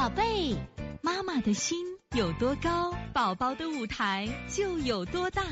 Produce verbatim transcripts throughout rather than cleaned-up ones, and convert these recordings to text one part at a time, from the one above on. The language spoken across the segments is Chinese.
宝贝，妈妈的心有多高，宝宝的舞台就有多大。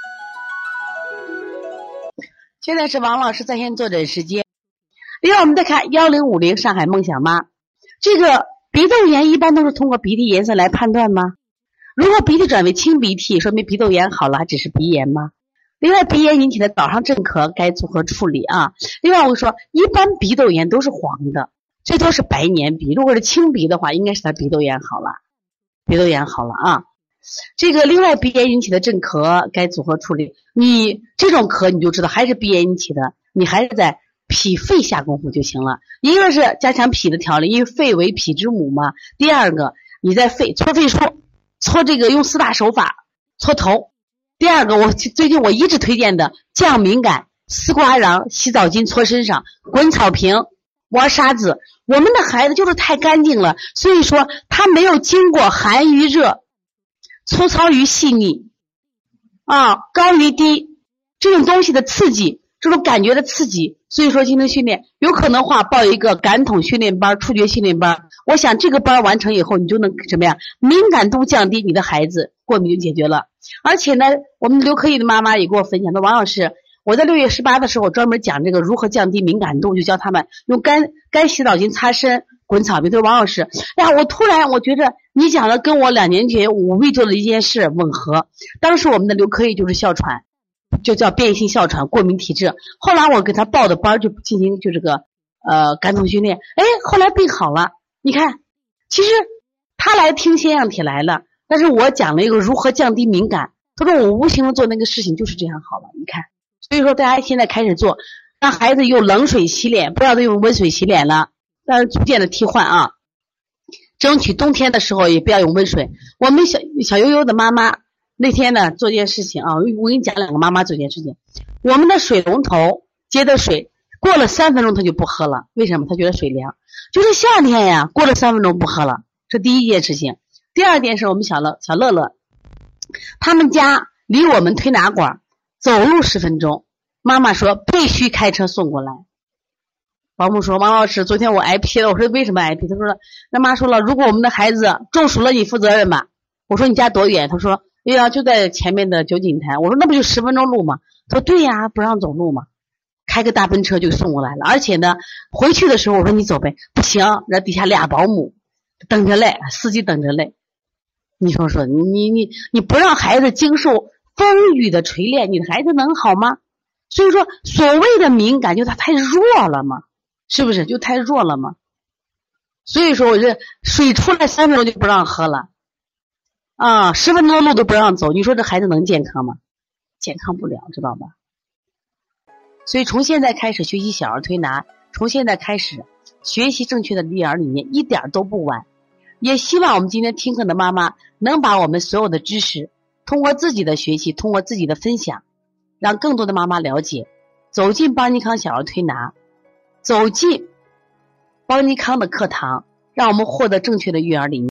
现在是王老师在线坐诊时间。另外我们再看一零五零上海梦想妈，这个鼻窦炎一般都是通过鼻涕颜色来判断吗？如果鼻涕转为清鼻涕，说明鼻窦炎好了，还只是鼻炎吗？另外鼻炎引起的早上症咳该如何处理啊？另外我说一般鼻窦炎都是黄的，最多是白黏鼻，如果是清鼻的话，应该是他鼻窦炎好了，鼻窦炎好了啊。这个另外鼻炎引起的症咳该如何处理？你这种咳你就知道还是鼻炎引起的，你还是在脾肺下功夫就行了。一个是加强脾的调理，因为肺为脾之母嘛。第二个你在肺搓肺腧，搓这个用四大手法搓头。第二个我最近我一直推荐的降敏感，丝瓜瓤洗澡巾搓身上，滚草坪玩沙子。我们的孩子就是太干净了，所以说他没有经过寒与热，粗糙与细腻啊，高与低这种东西的刺激，这种感觉的刺激，所以说进行训练有可能话报一个感统训练班、触觉训练班。我想这个班完成以后，你就能什么呀？敏感度降低，你的孩子过敏就解决了。而且呢，我们刘可以的妈妈也给我分享说，王老师，我在六月十八的时候专门讲这个如何降低敏感度，就教他们用干干洗澡巾擦身，滚草坪。对王老师，哎呀，我突然我觉得你讲的跟我两年前五味做的一件事吻合。当时我们的刘可以就是哮喘，就叫变异性哮喘过敏体质。后来我给他报的班就进行就这个呃感统训练，哎，后来病好了。你看，其实他来听腺样体来了，但是我讲了一个如何降低敏感，他说我无形中做那个事情就是这样好了。你看，所以说大家现在开始做，让孩子用冷水洗脸，不要再用温水洗脸了，但是逐渐的替换啊，争取冬天的时候也不要用温水。我们小小悠悠的妈妈那天呢做件事情啊，我给你讲两个妈妈做件事情。我们的水龙头接的水过了三分钟他就不喝了，为什么？他觉得水凉，就是夏天呀，过了三分钟不喝了，这第一件事情。第二件事，我们小乐小乐乐他们家离我们推拿馆走路十分钟，妈妈说必须开车送过来。保姆说，王老师昨天我挨批了。我说为什么挨批？他说了，那妈说了，如果我们的孩子中暑了你负责任吧。我说你家多远？他说哎呀就在前面的九锦台。我说那不就十分钟路吗？他说对呀，不让走路嘛，开个大奔车就送过来了。而且呢回去的时候我说你走呗，不行，那底下俩保姆等着嘞，司机等着嘞。你说说你你你不让孩子经受风雨的锤炼，你的孩子能好吗？所以说所谓的敏感就他太弱了嘛，是不是就太弱了嘛？所以说我这水出来三分钟就不让喝了啊，十分钟的路都不让走，你说这孩子能健康吗？健康不了，知道吧？所以从现在开始学习小儿推拿，从现在开始学习正确的育儿理念，一点都不晚。也希望我们今天听课的妈妈能把我们所有的知识通过自己的学习，通过自己的分享，让更多的妈妈了解，走进邦尼康小儿推拿，走进邦尼康的课堂，让我们获得正确的育儿理念。